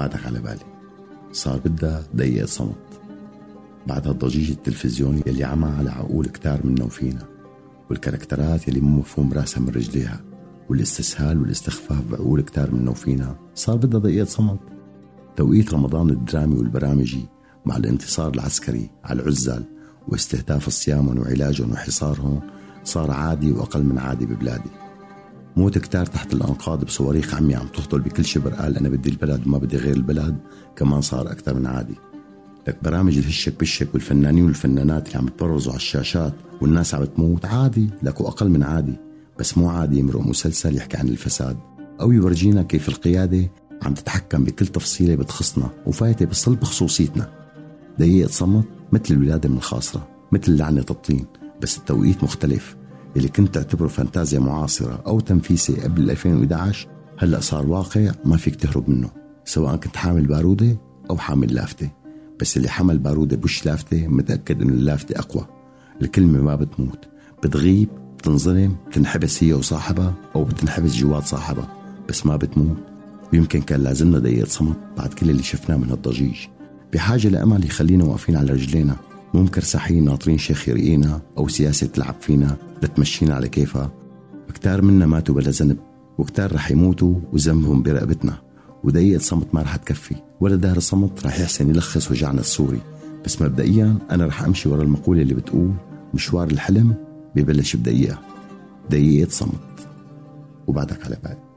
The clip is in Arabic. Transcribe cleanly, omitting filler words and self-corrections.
بعدك على بالي. صار بدها دقيقة صمت بعد هالضجيج التلفزيوني يلي عمى على عقول كتار منا وفينا، والكاركترات يلي مو مفهوم راسها من رجليها، والاستسهال والاستخفاف بعقول كتار منا وفينا. صار بدها دقيقة صمت. توقيت رمضان الدرامي والبرامجي مع الانتصار العسكري على العزل واستهداف صيامهم وعلاجهم وحصارهم صار عادي وأقل من عادي ببلادي. موت كتار تحت الأنقاض بصواريخ عمي عم تهطل بكل شبر قال أنا بدي البلد وما بدي غير البلد كمان صار أكتر من عادي. لك برامج الهشك بالشك والفنانين والفنانات اللي عم تبرزوا على الشاشات والناس عم تموت عادي، لك أقل من عادي. بس مو عادي يمرق مسلسل يحكي عن الفساد أو يورجينا كيف القيادة عم تتحكم بكل تفصيلة بتخصنا وفايتة بصلب خصوصيتنا. دقيقة صمت مثل الولادة من الخاصرة، مثل لعنة الطين، بس التوقيت مختلف. اللي كنت تعتبره فانتازيا معاصرة أو تنفيسي قبل 2011 هلأ صار واقع ما فيك تهرب منه، سواء كنت حامل بارودة أو حامل لافتة. بس اللي حمل بارودة بوش لافتة متأكد إنه اللافتة أقوى. الكلمة ما بتموت، بتغيب، بتنظلم، بتنحبس هي وصاحبها أو بتنحبس جوات صاحبها، بس ما بتموت. ويمكن كان لازمنا دقيقة صمت بعد كل اللي شفناه من هالضجيج، بحاجة لأمل يخلينا واقفين على رجلينا، مو مكرسحين ناطرين شيخ يرقينا أو سياسة تلعب فينا لتمشينا على كيفها. كتار منا ماتوا بلا ذنب، وكتار رح يموتوا وذنبهم برقبتنا. ودقيقة صمت ما رح تكفي، ولا دهر الصمت رح يحسن يلخص وجعنا السوري. بس مبدئيا أنا رح أمشي ورا المقولة اللي بتقول مشوار الحلم ببلش بدقيقة. دقيقة صمت وبعدك على بالي.